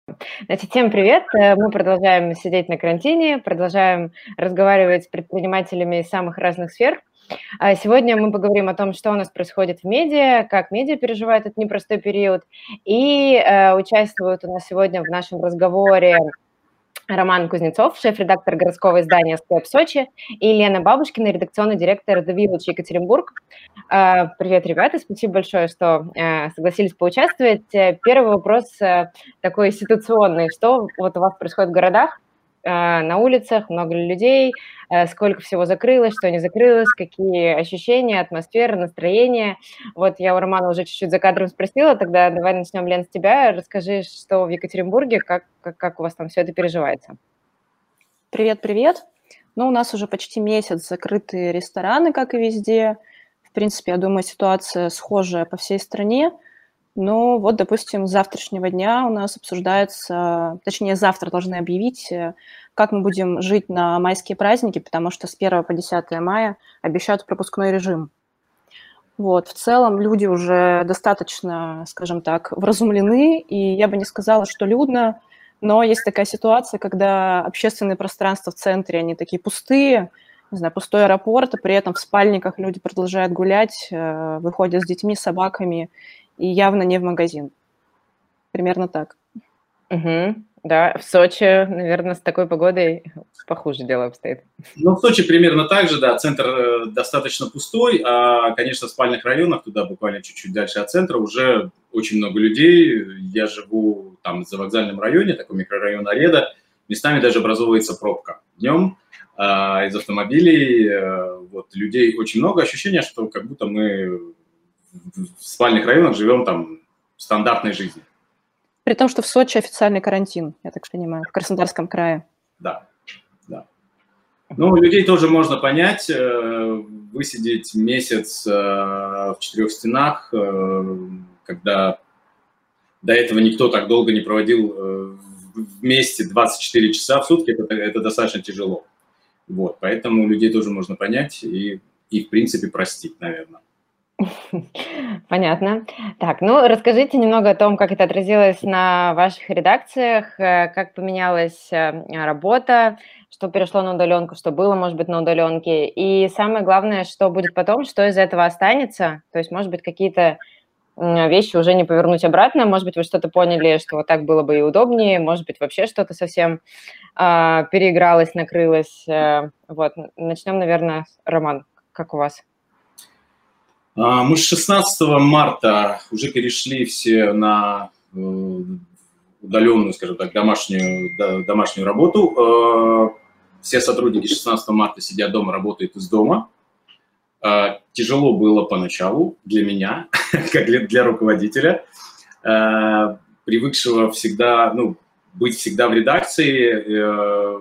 Значит, всем привет! Мы продолжаем сидеть на карантине, продолжаем разговаривать с предпринимателями из самых разных сфер. Сегодня мы поговорим о том, что у нас происходит в медиа, как медиа переживает этот непростой период. И участвуют у нас сегодня в нашем разговоре Роман Кузнецов, шеф-редактор городского издания «Склеп Сочи», и Лена Бабушкина, редакционный директор The Village Екатеринбург. Привет, ребята, спасибо большое, что согласились поучаствовать. Первый вопрос такой ситуационный. Что вот у вас происходит в городах, на улицах, много ли людей, сколько всего закрылось, что не закрылось, какие ощущения, атмосфера, настроение? Вот я у Романа уже чуть-чуть за кадром спросила, тогда давай начнем, Лен, с тебя. Расскажи, что в Екатеринбурге, как у вас там все это переживается? Привет. Ну, у нас уже почти месяц закрыты рестораны, как и везде. В принципе, я думаю, ситуация схожая по всей стране. Но вот, допустим, с завтрашнего дня у нас обсуждается, точнее, завтра должны объявить, как мы будем жить на майские праздники, потому что с 1 по 10 мая обещают пропускной режим. Вот, в целом люди уже достаточно, скажем так, вразумлены, и я бы не сказала, что людно, но есть такая ситуация, когда общественные пространства в центре, они такие пустые, не знаю, пустой аэропорт, а при этом в спальниках люди продолжают гулять, выходят с детьми, собаками, и явно не в магазин. Примерно так. Угу. Да, в Сочи, наверное, с такой погодой похуже дело обстоит. Ну, в Сочи примерно так же, да, центр достаточно пустой, а, конечно, в спальных районах, туда буквально чуть-чуть дальше от центра, уже очень много людей. Я живу там за вокзальном районе, такой микрорайон Ареда, местами даже образовывается пробка. Днем из автомобилей, вот, людей очень много, ощущение, что как будто мы в спальных районах живем там стандартной жизнью. При том, что в Сочи официальный карантин, я так понимаю, в Краснодарском крае. Да. Ну, людей тоже можно понять. Высидеть месяц в 4 стенах, когда до этого никто так долго не проводил вместе 24 часа в сутки, это достаточно тяжело. Вот, поэтому людей тоже можно понять и в принципе, простить, наверное. Понятно. Так, ну, расскажите немного о том, как это отразилось на ваших редакциях, как поменялась работа, что перешло на удаленку, что было, может быть, на удаленке, и самое главное, что будет потом, что из этого останется, то есть, может быть, какие-то вещи уже не повернуть обратно, может быть, вы что-то поняли, что вот так было бы и удобнее, может быть, вообще что-то совсем переигралось, накрылось. Вот, начнем, наверное, Роман, как у вас? Мы с 16 марта уже перешли все на удаленную, скажем так, домашнюю работу. Все сотрудники 16 марта сидят дома, работают из дома. Тяжело было поначалу для меня, как для руководителя, привыкшего всегда, быть всегда в редакции.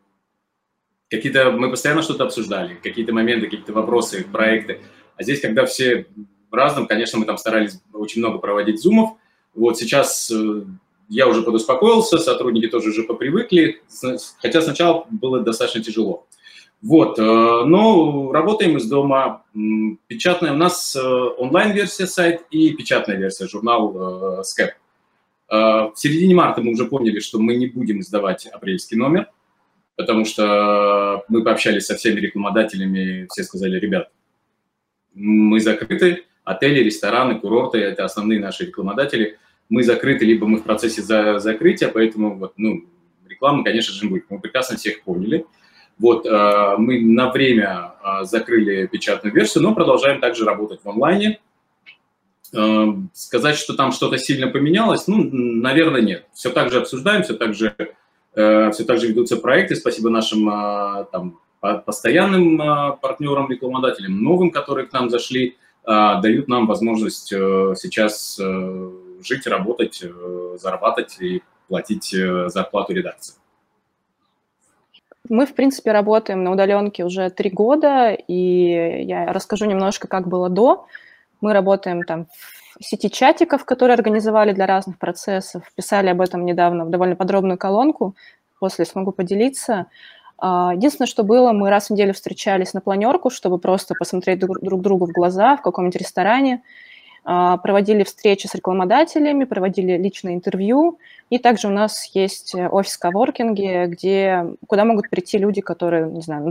Мы постоянно что-то обсуждали, какие-то моменты, какие-то вопросы, проекты. А здесь, когда все разным, конечно, мы там старались очень много проводить зумов. Вот сейчас я уже подуспокоился, сотрудники тоже уже попривыкли, хотя сначала было достаточно тяжело. Вот, но работаем из дома. Печатная у нас онлайн-версия сайт и печатная версия, журнал «Скэп». В середине марта мы уже поняли, что мы не будем издавать апрельский номер, потому что мы пообщались со всеми рекламодателями, все сказали: ребят, мы закрыты, отели, рестораны, курорты – это основные наши рекламодатели. Мы закрыты, либо мы в процессе закрытия, поэтому вот, рекламы, конечно же, не будет. Мы прекрасно всех поняли. Вот, мы на время закрыли печатную версию, но продолжаем также работать в онлайне. Сказать, что там что-то сильно поменялось, наверное, нет. Все так же обсуждаем, все так же ведутся проекты. Спасибо нашим постоянным партнерам, рекламодателям, новым, которые к нам зашли, дают нам возможность сейчас жить, работать, зарабатывать и платить зарплату редакции. Мы, в принципе, работаем на удаленке уже 3 года, и я расскажу немножко, как было до. Мы работаем там в сети чатиков, которые организовали для разных процессов. Писали об этом недавно в довольно подробную колонку, после смогу поделиться. Единственное, что было, мы раз в неделю встречались на планерку, чтобы просто посмотреть друг другу в глаза в каком-нибудь ресторане. проводили встречи с рекламодателями, проводили личное интервью, и также у нас есть офис коворкинги, куда могут прийти люди, которые, не знаю,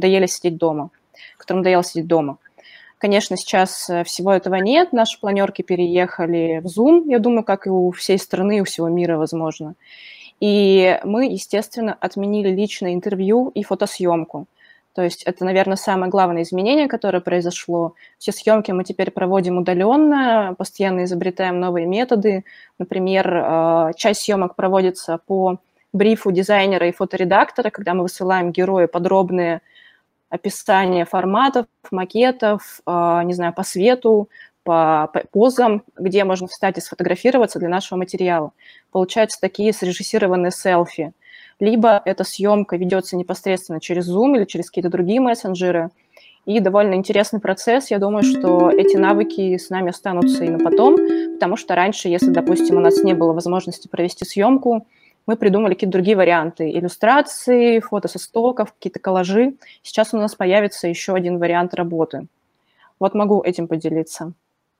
которым надоело сидеть дома. Конечно, сейчас всего этого нет, наши планерки переехали в Zoom, я думаю, как и у всей страны, и у всего мира, возможно. И мы, естественно, отменили личное интервью и фотосъемку. То есть это, наверное, самое главное изменение, которое произошло. Все съемки мы теперь проводим удаленно, постоянно изобретаем новые методы. Например, часть съемок проводится по брифу дизайнера и фоторедактора, когда мы высылаем герою подробные описания форматов, макетов, не знаю, по свету, по позам, где можно встать и сфотографироваться для нашего материала. Получаются такие срежиссированные селфи. Либо эта съемка ведется непосредственно через Zoom или через какие-то другие мессенджеры. И довольно интересный процесс. Я думаю, что эти навыки с нами останутся и на потом, потому что раньше, если, допустим, у нас не было возможности провести съемку, мы придумали какие-то другие варианты. Иллюстрации, фото со стоков, какие-то коллажи. Сейчас у нас появится еще один вариант работы. Вот могу этим поделиться.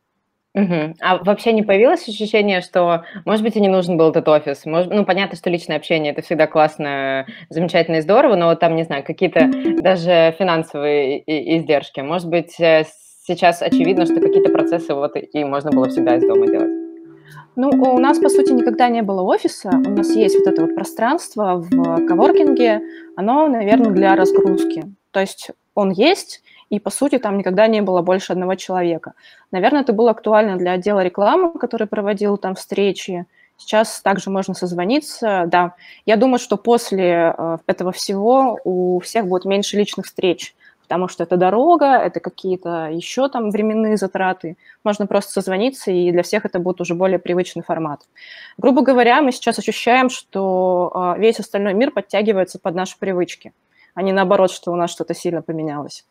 Угу. А вообще не появилось ощущение, что, может быть, и не нужен был этот офис? Ну, понятно, что личное общение – это всегда классно, замечательно и здорово, но там, не знаю, какие-то даже финансовые издержки. Может быть, сейчас очевидно, что какие-то процессы вот и можно было всегда из дома делать? Ну, у нас, по сути, никогда не было офиса. У нас есть вот это вот пространство в коворкинге. Оно, наверное, для разгрузки. То есть он есть, и, по сути, там никогда не было больше одного человека. Наверное, это было актуально для отдела рекламы, который проводил там встречи. Сейчас также можно созвониться, да. Я думаю, что после этого всего у всех будет меньше личных встреч, потому что это дорога, это какие-то еще там временные затраты. Можно просто созвониться, и для всех это будет уже более привычный формат. Грубо говоря, мы сейчас ощущаем, что весь остальной мир подтягивается под наши привычки, а не наоборот, что у нас что-то сильно поменялось.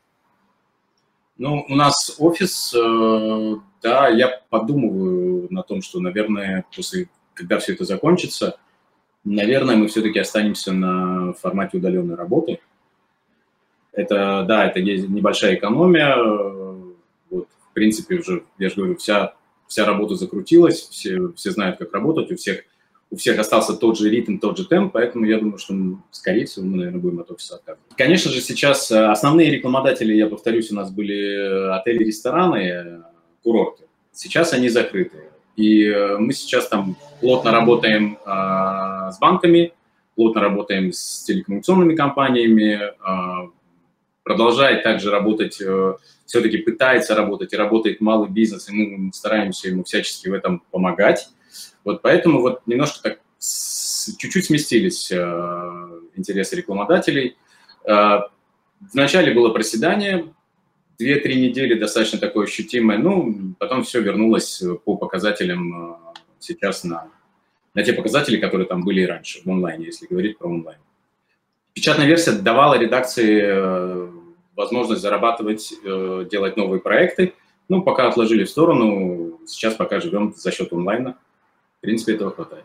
Ну, у нас офис, да, я подумываю на том, что, наверное, когда все это закончится, наверное, мы все-таки останемся на формате удаленной работы. Это, да, это есть небольшая экономия. Вот, в принципе, уже, я же говорю, вся работа закрутилась, все знают, как работать, у всех остался тот же ритм, тот же темп, поэтому я думаю, что, скорее всего, мы, наверное, будем от офиса отказываться. Конечно же, сейчас основные рекламодатели, я повторюсь, у нас были отели, рестораны, курорты. Сейчас они закрыты. И мы сейчас там плотно работаем с банками, плотно работаем с телекоммуникационными компаниями, продолжает также работать, все-таки пытается работать и работает малый бизнес, и мы стараемся ему всячески в этом помогать. Вот поэтому вот немножко так чуть-чуть сместились интересы рекламодателей. Вначале было проседание, 2-3 недели достаточно такое ощутимое, ну, потом все вернулось по показателям сейчас на те показатели, которые там были и раньше в онлайне, если говорить про онлайн. Печатная версия давала редакции возможность зарабатывать, делать новые проекты. Ну, пока отложили в сторону, сейчас пока живем за счет онлайна. В принципе, этого хватает.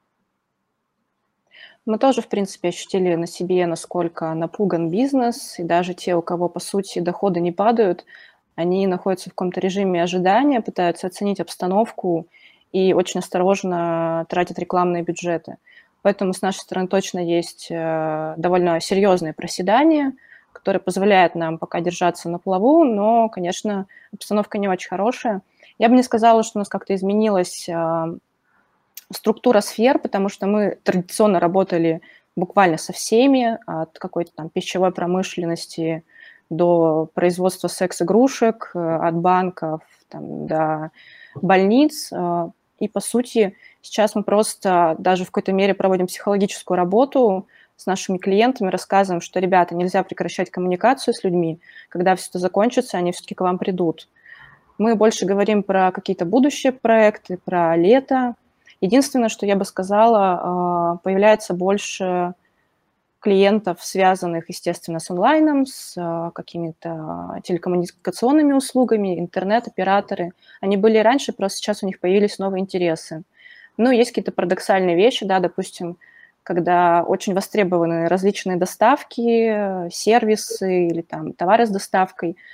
Мы тоже, в принципе, ощутили на себе, насколько напуган бизнес, и даже те, у кого, по сути, доходы не падают, они находятся в каком-то режиме ожидания, пытаются оценить обстановку и очень осторожно тратят рекламные бюджеты. Поэтому с нашей стороны точно есть довольно серьезное проседание, которое позволяет нам пока держаться на плаву, но, конечно, обстановка не очень хорошая. Я бы не сказала, что у нас как-то изменилась структура сфер, потому что мы традиционно работали буквально со всеми, от какой-то там пищевой промышленности до производства секс-игрушек, от банков там, до больниц. И, по сути, сейчас мы просто даже в какой-то мере проводим психологическую работу с нашими клиентами, рассказываем, что, ребята, нельзя прекращать коммуникацию с людьми, когда все это закончится, они все-таки к вам придут. Мы больше говорим про какие-то будущие проекты, про лето. Единственное, что я бы сказала, появляется больше клиентов, связанных, естественно, с онлайном, с какими-то телекоммуникационными услугами, интернет-операторы. Они были раньше, просто сейчас у них появились новые интересы. Ну, есть какие-то парадоксальные вещи, да, допустим, когда очень востребованы различные доставки, сервисы или там товары с доставкой.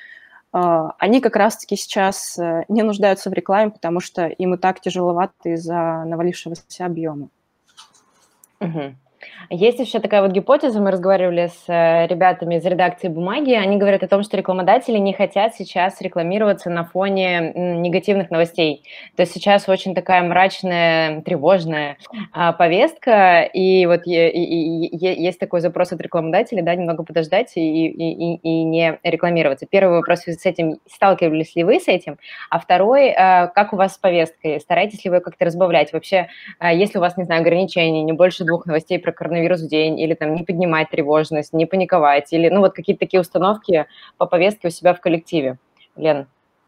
они как раз-таки сейчас не нуждаются в рекламе, потому что им и так тяжеловато из-за навалившегося объема. Угу. Есть еще такая вот гипотеза, мы разговаривали с ребятами из редакции «Бумаги», они говорят о том, что рекламодатели не хотят сейчас рекламироваться на фоне негативных новостей. То есть сейчас очень такая мрачная, тревожная повестка, и вот есть такой запрос от рекламодателей, да, немного подождать и не рекламироваться. Первый вопрос с этим, сталкивались ли вы с этим? А второй, как у вас с повесткой? Стараетесь ли вы как-то разбавлять? Вообще, если у вас, не знаю, ограничений, не больше 2 новостей про коронавирус в день, или там не поднимать тревожность, не паниковать, или, ну, вот какие-то такие установки по повестке у себя в коллективе. Лен?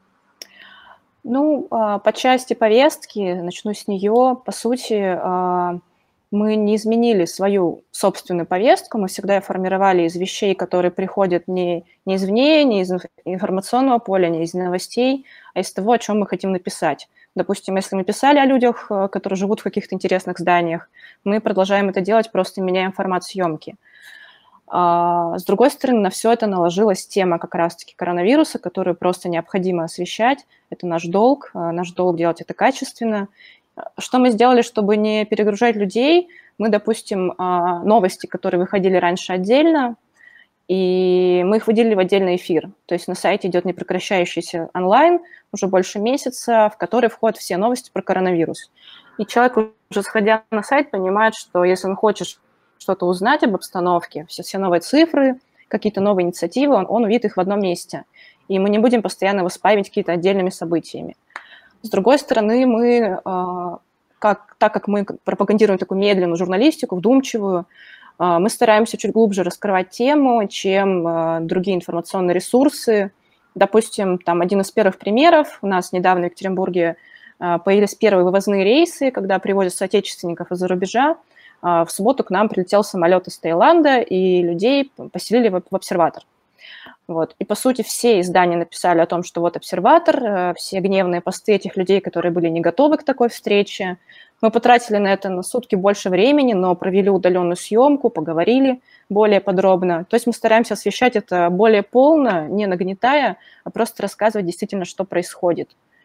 Ну, по части повестки, начну с нее, по сути, мы не изменили свою собственную повестку, мы всегда ее формировали из вещей, которые приходят не извне, не из информационного поля, не из новостей, а из того, о чем мы хотим написать. Допустим, если мы писали о людях, которые живут в каких-то интересных зданиях, мы продолжаем это делать, просто меняем формат съемки. С другой стороны, на все это наложилась тема как раз-таки коронавируса, которую просто необходимо освещать. Это наш долг делать это качественно. Что мы сделали, чтобы не перегружать людей? Мы, допустим, новости, которые выходили раньше отдельно, и мы их выделили в отдельный эфир. То есть на сайте идет непрекращающийся онлайн уже больше месяца, в который входят все новости про коронавирус. И человек, уже сходя на сайт, понимает, что если он хочет что-то узнать об обстановке, все новые цифры, какие-то новые инициативы, он увидит их в одном месте. И мы не будем постоянно его спаивать какими-то отдельными событиями. С другой стороны, мы, так как мы пропагандируем такую медленную журналистику, вдумчивую, мы стараемся чуть глубже раскрывать тему, чем другие информационные ресурсы. Допустим, там один из первых примеров, у нас недавно в Екатеринбурге появились первые вывозные рейсы, когда привозят соотечественников из-за рубежа. В субботу к нам прилетел самолет из Таиланда, и людей поселили в обсерватор. Вот. И, по сути, все издания написали о том, что вот обсерватор, все гневные посты этих людей, которые были не готовы к такой встрече. Мы потратили на это на сутки больше времени, но провели удаленную съемку, поговорили более подробно. То есть мы стараемся освещать это более полно, не нагнетая, а просто рассказывать действительно, что происходит.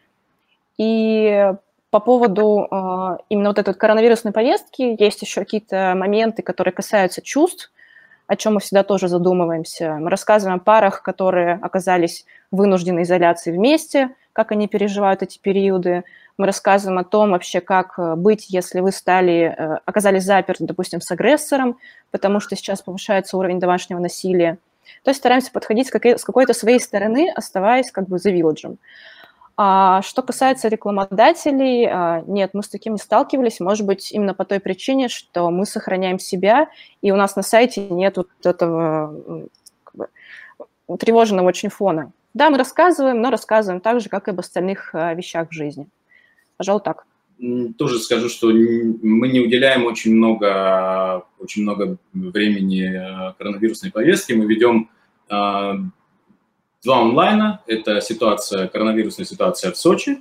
И по поводу именно вот этой коронавирусной повестки есть еще какие-то моменты, которые касаются чувств, о чем мы всегда тоже задумываемся. Мы рассказываем о парах, которые оказались в вынужденной изоляции вместе, как они переживают эти периоды. Мы рассказываем о том вообще, как быть, если вы оказались заперты, допустим, с агрессором, потому что сейчас повышается уровень домашнего насилия. То есть стараемся подходить с какой-то своей стороны, оставаясь как бы the village. А что касается рекламодателей, нет, мы с таким не сталкивались, может быть, именно по той причине, что мы сохраняем себя, и у нас на сайте нет вот этого как бы тревожного очень фона. Да, мы рассказываем, но рассказываем так же, как и об остальных вещах в жизни. Пожалуй, так. Тоже скажу, что мы не уделяем очень много времени коронавирусной повестке. Мы ведем 2 онлайна. Это коронавирусная ситуация в Сочи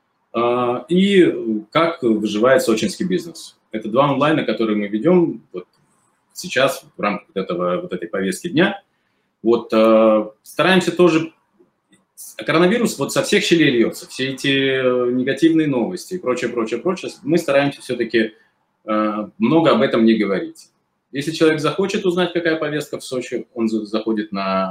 и как выживает сочинский бизнес. Это 2 онлайна, которые мы ведем вот сейчас в рамках этой повестки дня. Вот стараемся тоже... Коронавирус вот со всех щелей льется, все эти негативные новости и прочее. Мы стараемся все-таки много об этом не говорить. Если человек захочет узнать, какая повестка в Сочи, он заходит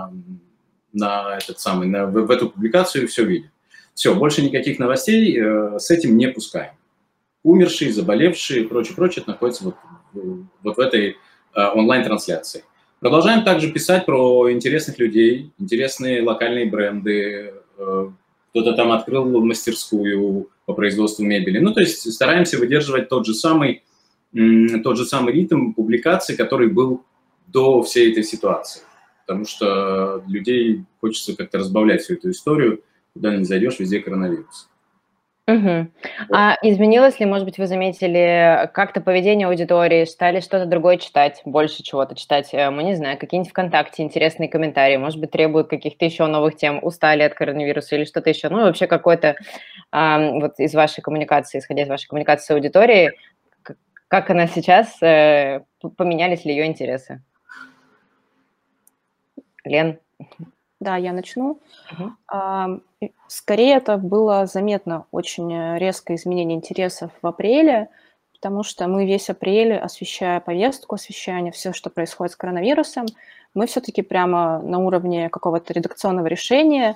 в эту публикацию и все видит. Все, больше никаких новостей с этим не пускаем. Умершие, заболевшие и прочее находятся вот в этой онлайн-трансляции. Продолжаем также писать про интересных людей, интересные локальные бренды. Кто-то там открыл мастерскую по производству мебели. Ну, то есть стараемся выдерживать тот же самый ритм публикации, который был до всей этой ситуации. Потому что людей хочется как-то разбавлять всю эту историю. Куда ни зайдешь, везде коронавирус. Угу. А изменилось ли, может быть, вы заметили как-то поведение аудитории, стали что-то другое читать, больше чего-то читать, мы не знаю, какие-нибудь ВКонтакте интересные комментарии, может быть, требуют каких-то еще новых тем, устали от коронавируса или что-то еще, ну, вообще какой-то, вот из вашей коммуникации, исходя из вашей коммуникации с аудиторией, как она сейчас, поменялись ли ее интересы? Лен? Да, я начну. Мгм. Скорее, это было заметно очень резкое изменение интересов в апреле, потому что мы весь апрель, освещая повестку, освещая все, что происходит с коронавирусом, мы все-таки прямо на уровне какого-то редакционного решения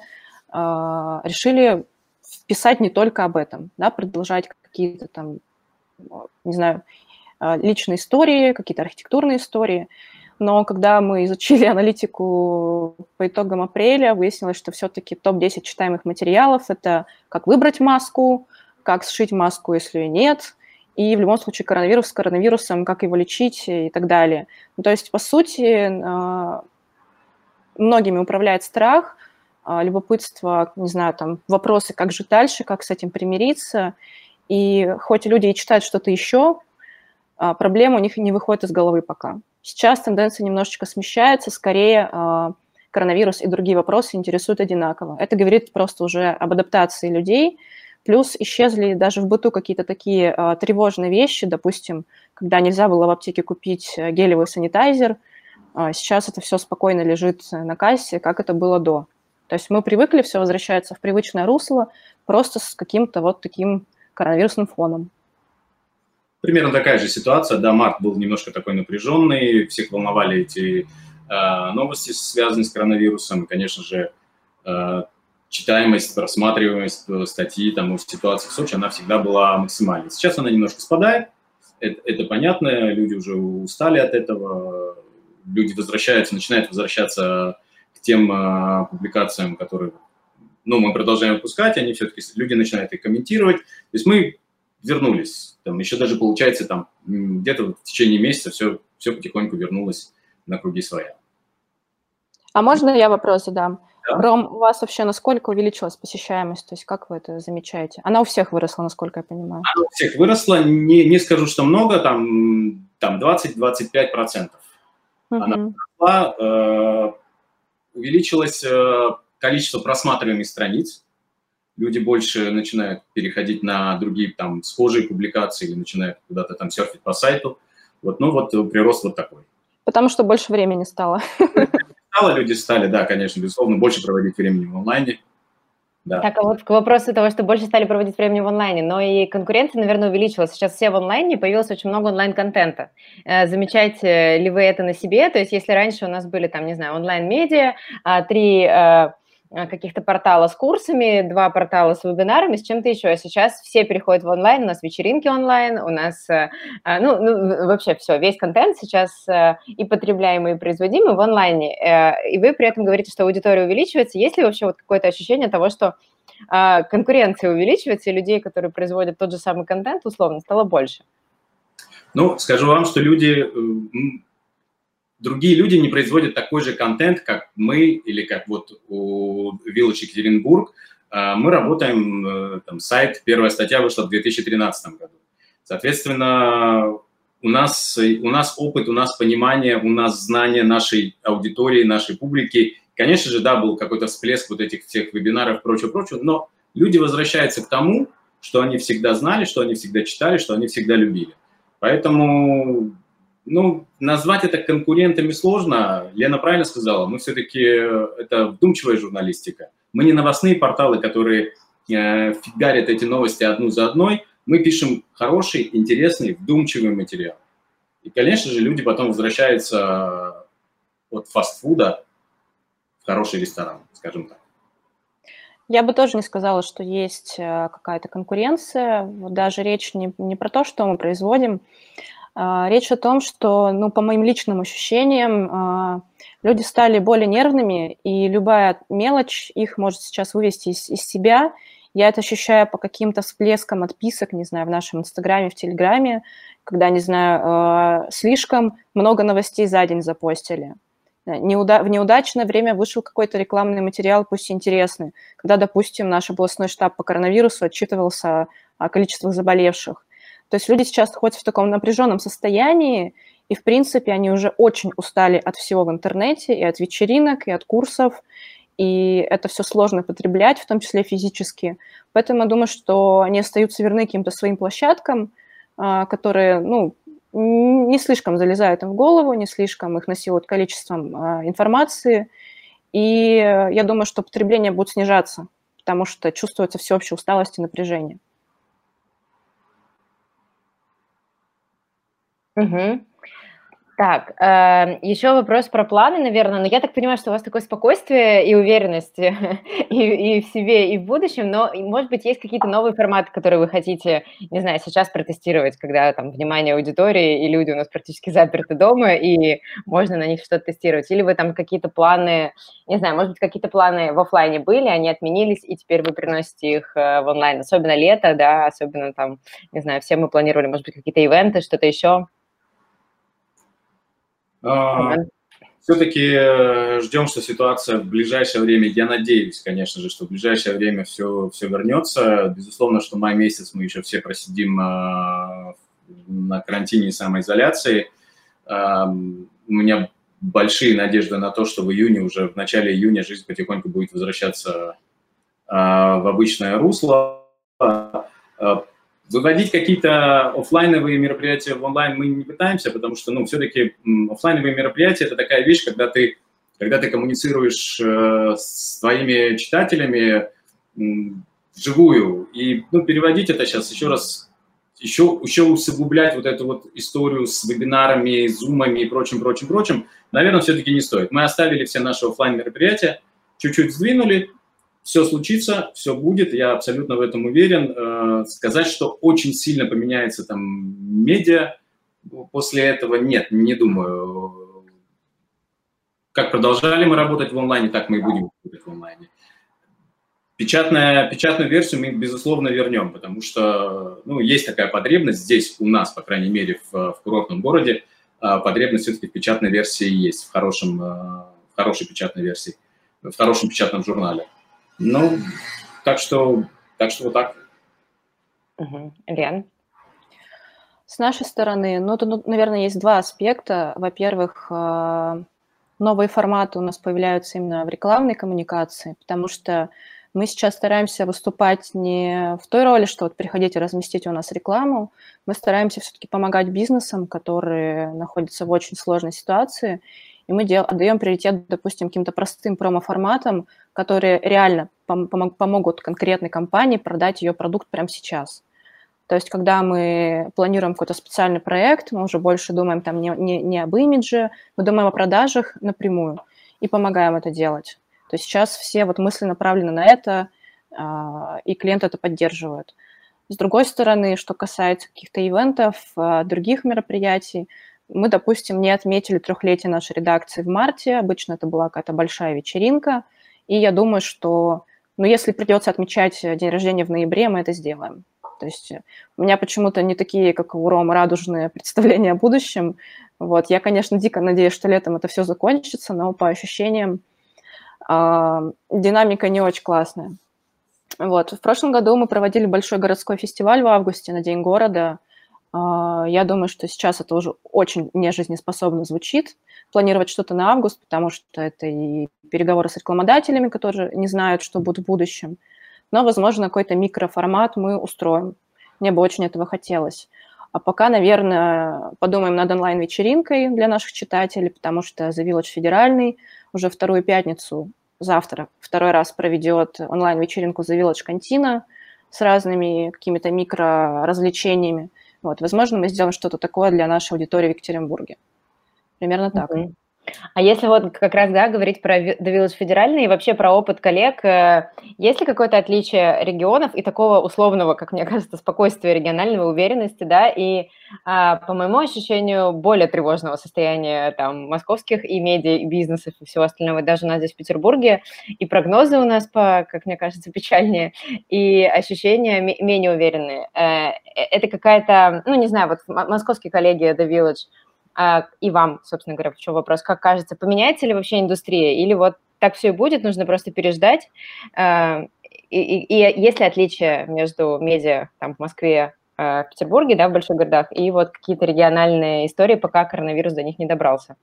решили писать не только об этом, да, продолжать какие-то там, не знаю, личные истории, какие-то архитектурные истории. Но когда мы изучили аналитику по итогам апреля, выяснилось, что все-таки топ-10 читаемых материалов – это как выбрать маску, как сшить маску, если ее нет, и в любом случае коронавирус с коронавирусом, как его лечить и так далее. Ну, то есть, по сути, многими управляет страх, любопытство, не знаю, там, вопросы, как жить дальше, как с этим примириться. И хоть люди и читают что-то еще, проблема у них не выходит из головы пока. Сейчас тенденция немножечко смещается, скорее коронавирус и другие вопросы интересуют одинаково. Это говорит просто уже об адаптации людей, плюс исчезли даже в быту какие-то такие тревожные вещи, допустим, когда нельзя было в аптеке купить гелевый санитайзер, сейчас это все спокойно лежит на кассе, как это было до. То есть мы привыкли, все возвращается в привычное русло, просто с каким-то вот таким коронавирусным фоном. Примерно такая же ситуация. Да, март был немножко такой напряженный, всех волновали эти новости, связанные с коронавирусом. И, конечно же, читаемость, просматриваемость статьи там, в ситуации в Сочи, она всегда была максимальной. Сейчас она немножко спадает, это понятно, люди уже устали от этого, люди начинают возвращаться к тем публикациям, которые мы продолжаем выпускать, они все-таки, люди начинают их комментировать. То есть мы вернулись. Там еще даже, получается, там где-то в течение месяца все потихоньку вернулось на круги своя. А можно я вопрос задам? Да. Ром, у вас вообще насколько увеличилась посещаемость? То есть как вы это замечаете? Она у всех выросла, насколько я понимаю. Она у всех выросла. Не скажу, что много, там 20-25%. Она выросла. Увеличилось количество просматриваемых страниц. Люди больше начинают переходить на другие там схожие публикации или начинают куда-то там серфить по сайту. Прирост вот такой. Потому что больше времени стало. Люди стали, да, конечно, безусловно, больше проводить времени в онлайне. Да. Так, а вот к вопросу того, что больше стали проводить времени в онлайне, но и конкуренция, наверное, увеличилась. Сейчас все в онлайне, появилось очень много онлайн-контента. Замечаете ли вы это на себе? То есть если раньше у нас были, там, не знаю, онлайн-медиа, 3 каких-то портала с курсами, 2 портала с вебинарами, с чем-то еще. А сейчас все переходят в онлайн, у нас вечеринки онлайн, у нас, вообще все, весь контент сейчас и потребляемый, и производимый в онлайне. И вы при этом говорите, что аудитория увеличивается. Есть ли вообще вот какое-то ощущение того, что конкуренция увеличивается, и людей, которые производят тот же самый контент, условно, стало больше? Скажу вам, что другие люди не производят такой же контент, как мы, или как вот у Village Екатеринбург. Мы работаем, сайт, первая статья вышла в 2013 году. Соответственно, у нас опыт, у нас понимание, у нас знание нашей аудитории, нашей публики. Конечно же, да, был какой-то всплеск вот этих всех вебинаров и прочего, но люди возвращаются к тому, что они всегда знали, что они всегда читали, что они всегда любили. Поэтому... назвать это конкурентами сложно. Лена правильно сказала, мы все-таки, это вдумчивая журналистика. Мы не новостные порталы, которые фигарят эти новости одну за одной. Мы пишем хороший, интересный, вдумчивый материал. И, конечно же, люди потом возвращаются от фастфуда в хороший ресторан, скажем так. Я бы тоже не сказала, что есть какая-то конкуренция. Даже речь не про то, что мы производим. Речь о том, что, по моим личным ощущениям, люди стали более нервными, и любая мелочь их может сейчас вывести из себя. Я это ощущаю по каким-то всплескам отписок, не знаю, в нашем Инстаграме, в Телеграме, когда, не знаю, слишком много новостей за день запостили. В неудачное время вышел какой-то рекламный материал, пусть интересный, когда, допустим, наш областной штаб по коронавирусу отчитывался о количестве заболевших. То есть люди сейчас находятся в таком напряженном состоянии, и, в принципе, они уже очень устали от всего в интернете, и от вечеринок, и от курсов, и это все сложно потреблять, в том числе физически. Поэтому я думаю, что они остаются верны каким-то своим площадкам, которые, не слишком залезают им в голову, не слишком их насилуют количеством информации, И я думаю, что потребление будет снижаться, потому что чувствуется всеобщая усталость и напряжение. Мгм. Так, еще вопрос про планы, наверное. Но я так понимаю, что у вас такое спокойствие и уверенность и в себе, и в будущем, но, может быть, есть какие-то новые форматы, которые вы хотите, не знаю, сейчас протестировать, когда там внимание аудитории, и люди у нас практически заперты дома, и можно на них что-то тестировать. Или вы там какие-то планы, не знаю, может быть, какие-то планы в офлайне были, они отменились, и теперь вы приносите их в онлайн, особенно лето, да, особенно там, не знаю, все мы планировали, может быть, какие-то ивенты, что-то еще. Все-таки ждем, что ситуация в ближайшее время, я надеюсь, конечно же, что в ближайшее время все вернется. Безусловно, что май месяц мы еще все просидим на карантине и самоизоляции. У меня большие надежды на то, что в июне, уже в начале июня жизнь потихоньку будет возвращаться в обычное русло. Выводить какие-то офлайновые мероприятия в онлайн мы не пытаемся, потому что, все-таки офлайновые мероприятия – это такая вещь, когда ты коммуницируешь с твоими читателями вживую. И, переводить это сейчас еще усугублять вот эту вот историю с вебинарами, зумами и прочим, наверное, все-таки не стоит. Мы оставили все наши офлайн мероприятия, чуть-чуть сдвинули. Все случится, все будет, я абсолютно в этом уверен. Сказать, что очень сильно поменяется там медиа после этого, нет, не думаю. Как продолжали мы работать в онлайне, так мы и будем работать в онлайне. Печатную версию мы, безусловно, вернем, потому что есть такая потребность здесь у нас, по крайней мере, в курортном городе, потребность все-таки в печатной версии есть, в хорошей печатной версии, в хорошем печатном журнале. Так что вот так. Лен? С нашей стороны, тут, наверное, есть два аспекта. Во-первых, новые форматы у нас появляются именно в рекламной коммуникации, потому что мы сейчас стараемся выступать не в той роли, что вот приходите, разместите у нас рекламу. Мы стараемся все-таки помогать бизнесам, которые находятся в очень сложной ситуации, и мы отдаем приоритет, допустим, каким-то простым промо-форматам, которые реально помогут конкретной компании продать ее продукт прямо сейчас. То есть, когда мы планируем какой-то специальный проект, мы уже больше думаем там не об имидже, мы думаем о продажах напрямую и помогаем это делать. То есть сейчас все вот мысли направлены на это, и клиенты это поддерживают. С другой стороны, что касается каких-то ивентов, других мероприятий, мы, допустим, не отметили 3-летие нашей редакции в марте. Обычно это была какая-то большая вечеринка. И я думаю, что, если придется отмечать день рождения в ноябре, мы это сделаем. То есть у меня почему-то не такие, как у Ромы, радужные представления о будущем. Вот. Я, конечно, дико надеюсь, что летом это все закончится, но по ощущениям динамика не очень классная. Вот. В прошлом году мы проводили большой городской фестиваль в августе на День города. Я думаю, что сейчас это уже очень нежизнеспособно звучит, планировать что-то на август, потому что это и переговоры с рекламодателями, которые не знают, что будет в будущем. Но, возможно, какой-то микроформат мы устроим. Мне бы очень этого хотелось. А пока, наверное, подумаем над онлайн-вечеринкой для наших читателей, потому что The Village федеральный уже вторую пятницу, завтра, второй раз проведет онлайн-вечеринку The Village Cantina с разными какими-то микро-развлечениями. Вот, возможно, мы сделаем что-то такое для нашей аудитории в Екатеринбурге. Примерно так. А если вот как раз, говорить про The Village федеральный и вообще про опыт коллег, есть ли какое-то отличие регионов и такого условного, как мне кажется, спокойствия регионального, уверенности, и, по моему ощущению, более тревожного состояния там московских и медиа, и бизнесов, и всего остального, даже у нас здесь в Петербурге, и прогнозы у нас, как мне кажется, печальнее, и ощущения менее уверенные. Это какая-то, не знаю, вот московские коллеги The Village, и вам, собственно говоря, в чем вопрос, как кажется, поменяется ли вообще индустрия, или вот так все и будет, нужно просто переждать, и есть ли отличия между медиа там в Москве, в Петербурге, в больших городах, и вот какие-то региональные истории, пока коронавирус до них не добрался?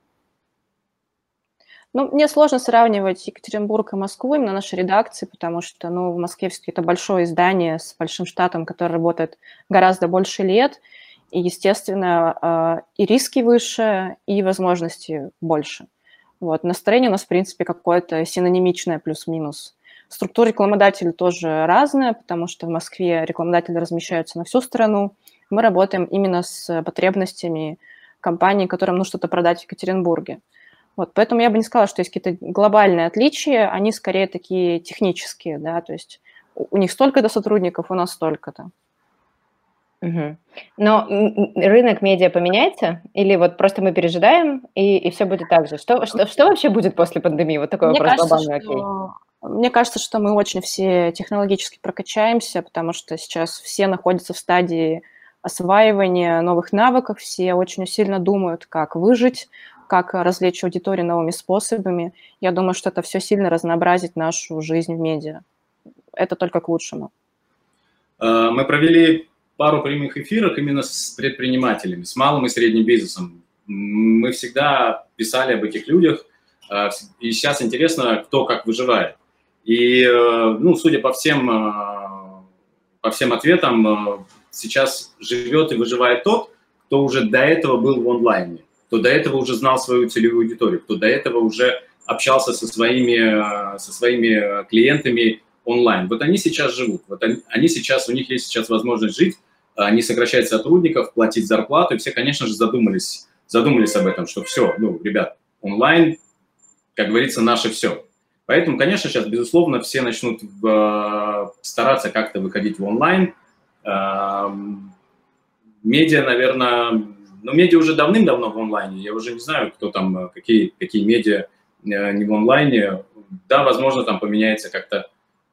Мне сложно сравнивать Екатеринбург и Москву, именно наши редакции, потому что, в Москве все-таки это большое издание с большим штатом, который работает гораздо больше лет, и, естественно, и риски выше, и возможности больше. Вот. Настроение у нас, в принципе, какое-то синонимичное плюс-минус. Структура рекламодателей тоже разная, потому что в Москве рекламодатели размещаются на всю страну. Мы работаем именно с потребностями компаний, которым нужно что-то продать в Екатеринбурге. Вот, поэтому я бы не сказала, что есть какие-то глобальные отличия, они скорее такие технические, да, то есть у них столько-то сотрудников, у нас столько-то. Угу. Но рынок медиа поменяется? Или вот просто мы пережидаем, и все будет так же? Что вообще будет после пандемии? Вот такой вопрос глобальный, окей. Мне кажется, что мы очень все технологически прокачаемся, потому что сейчас все находятся в стадии осваивания новых навыков, все очень сильно думают, как выжить, как развлечь аудиторию новыми способами. Я думаю, что это все сильно разнообразит нашу жизнь в медиа. Это только к лучшему. Мы провели пару прямых эфиров именно с предпринимателями, с малым и средним бизнесом. Мы всегда писали об этих людях, и сейчас интересно, кто как выживает. И, ну, судя по всем ответам, сейчас живет и выживает тот, кто уже до этого был в онлайне, кто до этого уже знал свою целевую аудиторию, кто до этого уже общался со своими клиентами онлайн. Вот они сейчас живут, вот они сейчас, у них есть сейчас возможность жить, не сокращать сотрудников, платить зарплату, и все, конечно же, задумались об этом, что все, ну, ребят, онлайн, как говорится, наше все. Поэтому, конечно, сейчас, безусловно, все начнут стараться как-то выходить в онлайн. Медиа, наверное, ну, медиа уже давным-давно в онлайне, я уже не знаю, кто там, какие медиа не в онлайне. Да, возможно, там поменяется как-то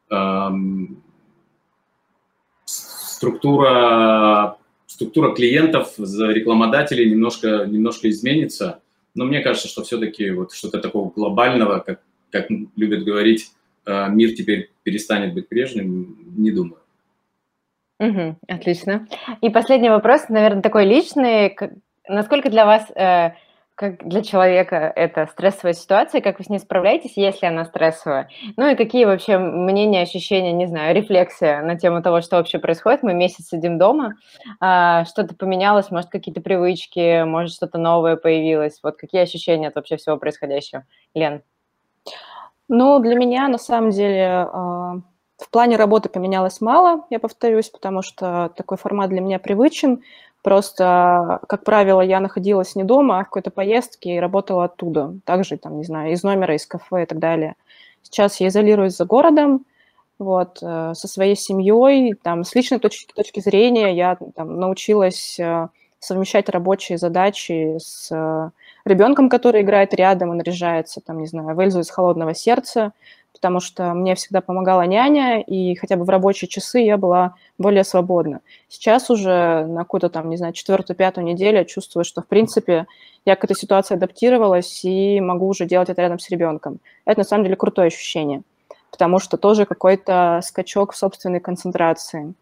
структура клиентов, рекламодателей немножко изменится, но мне кажется, что все-таки вот что-то такого глобального, как любят говорить, мир теперь перестанет быть прежним, не думаю. Угу, отлично. И последний вопрос, наверное, такой личный. Насколько для вас, как для человека, это стрессовая ситуация, как вы с ней справляетесь, если она стрессовая? Ну и какие вообще мнения, ощущения, не знаю, рефлексия на тему того, что вообще происходит? Мы месяц сидим дома, что-то поменялось, может, какие-то привычки, может, что-то новое появилось. Вот какие ощущения от вообще всего происходящего? Лен? Ну, для меня, на самом деле, в плане работы поменялось мало, я повторюсь, потому что такой формат для меня привычен. Просто, как правило, я находилась не дома, а в какой-то поездке и работала оттуда. Также, там, не знаю, из номера, из кафе и так далее. Сейчас я изолируюсь за городом, вот, со своей семьей. Там, с личной точки зрения я там, научилась совмещать рабочие задачи с ребенком, который играет рядом и наряжается, там, не знаю, в Эльзу из «Холодного сердца», потому что мне всегда помогала няня, и хотя бы в рабочие часы я была более свободна. Сейчас уже на какую-то там, не знаю, 4-5 неделю я чувствую, что, в принципе, я к этой ситуации адаптировалась и могу уже делать это рядом с ребенком. Это, на самом деле, крутое ощущение, потому что тоже какой-то скачок в собственной концентрации.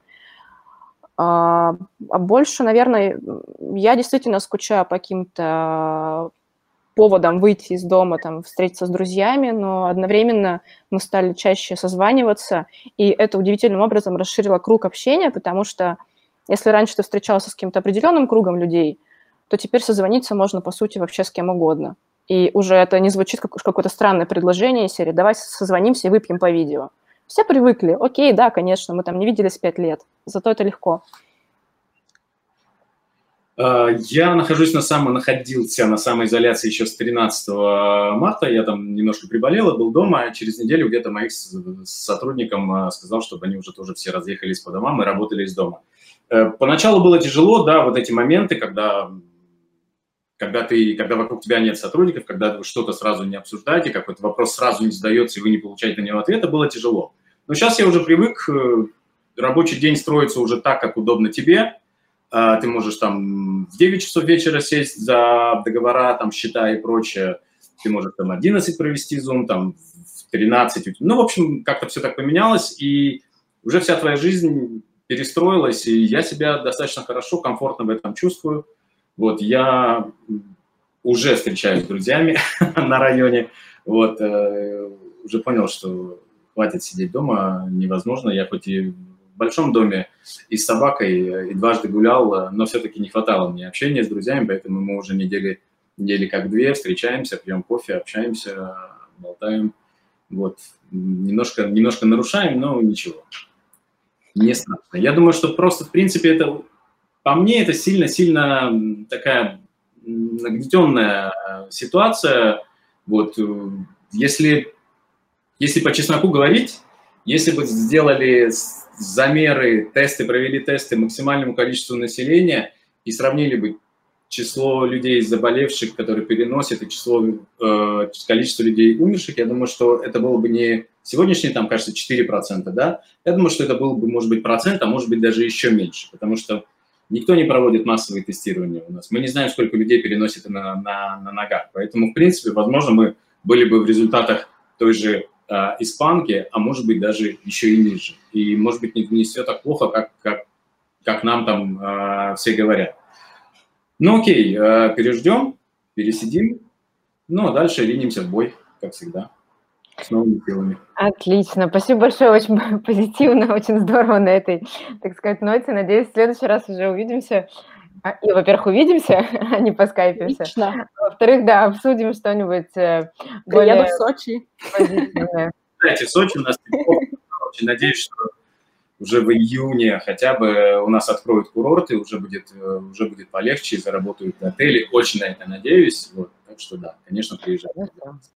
А больше, наверное, я действительно скучаю по каким-то поводам выйти из дома, там, встретиться с друзьями, но одновременно мы стали чаще созваниваться, и это удивительным образом расширило круг общения, потому что если раньше ты встречался с каким-то определенным кругом людей, то теперь созвониться можно, по сути, вообще с кем угодно. И уже это не звучит как какое-то странное предложение из серии «давай созвонимся и выпьем по видео». Все привыкли. Окей, да, конечно, мы там не виделись 5 лет, зато это легко. Я находился на самоизоляции еще с 13 марта. Я там немножко приболел, был дома. А через неделю где-то моих сотрудникам сказал, чтобы они уже тоже все разъехались по домам и работали из дома. Поначалу было тяжело, да, вот эти моменты, когда вокруг тебя нет сотрудников, когда вы что-то сразу не обсуждаете, какой-то вопрос сразу не задается, и вы не получаете на него ответа, было тяжело. Но сейчас я уже привык, рабочий день строится уже так, как удобно тебе. Ты можешь там в 9 часов вечера сесть за договора, там, счета и прочее. Ты можешь там 11 провести Zoom, там в 13. Ну, в общем, как-то все так поменялось, и уже вся твоя жизнь перестроилась, и я себя достаточно хорошо, комфортно в этом чувствую. Вот, я уже встречаюсь с друзьями на районе, вот, уже понял, что хватит сидеть дома, невозможно. Я хоть и в большом доме и с собакой и дважды гулял, но все-таки не хватало мне общения с друзьями, поэтому мы уже недели недели как две, встречаемся, пьем кофе, общаемся, болтаем. Вот. Немножко нарушаем, но ничего. Не страшно. Я думаю, что просто, в принципе, это, по мне, это сильно такая нагнетенная ситуация. Вот. Если по чесноку говорить, если бы сделали замеры, провели тесты максимальному количеству населения и сравнили бы число людей заболевших, которые переносят, и количество людей умерших, я думаю, что это было бы не сегодняшние, там, кажется, 4%, да? Я думаю, что это был бы, может быть, процент, а может быть, даже еще меньше, потому что никто не проводит массовые тестирования у нас. Мы не знаем, сколько людей переносит на ногах. Поэтому, в принципе, возможно, мы были бы в результатах той же испанки, а может быть, даже еще и ниже. И, может быть, не все так плохо, как нам там все говорят. Ну, окей, переждем, пересидим, ну, а дальше ринемся в бой, как всегда, с новыми силами. Отлично, спасибо большое, очень позитивно, очень здорово на этой, так сказать, ноте. Надеюсь, в следующий раз уже увидимся. И, во-первых, увидимся, а не поскайпимся. Отлично. Во-вторых, да, обсудим что-нибудь более... Приеду в Сочи. Позитивное. Кстати, Сочи у нас очень надеюсь, что уже в июне хотя бы у нас откроют курорты, уже будет полегче, заработают отели. Очень на это надеюсь. Вот. Так что да, конечно, приезжайте.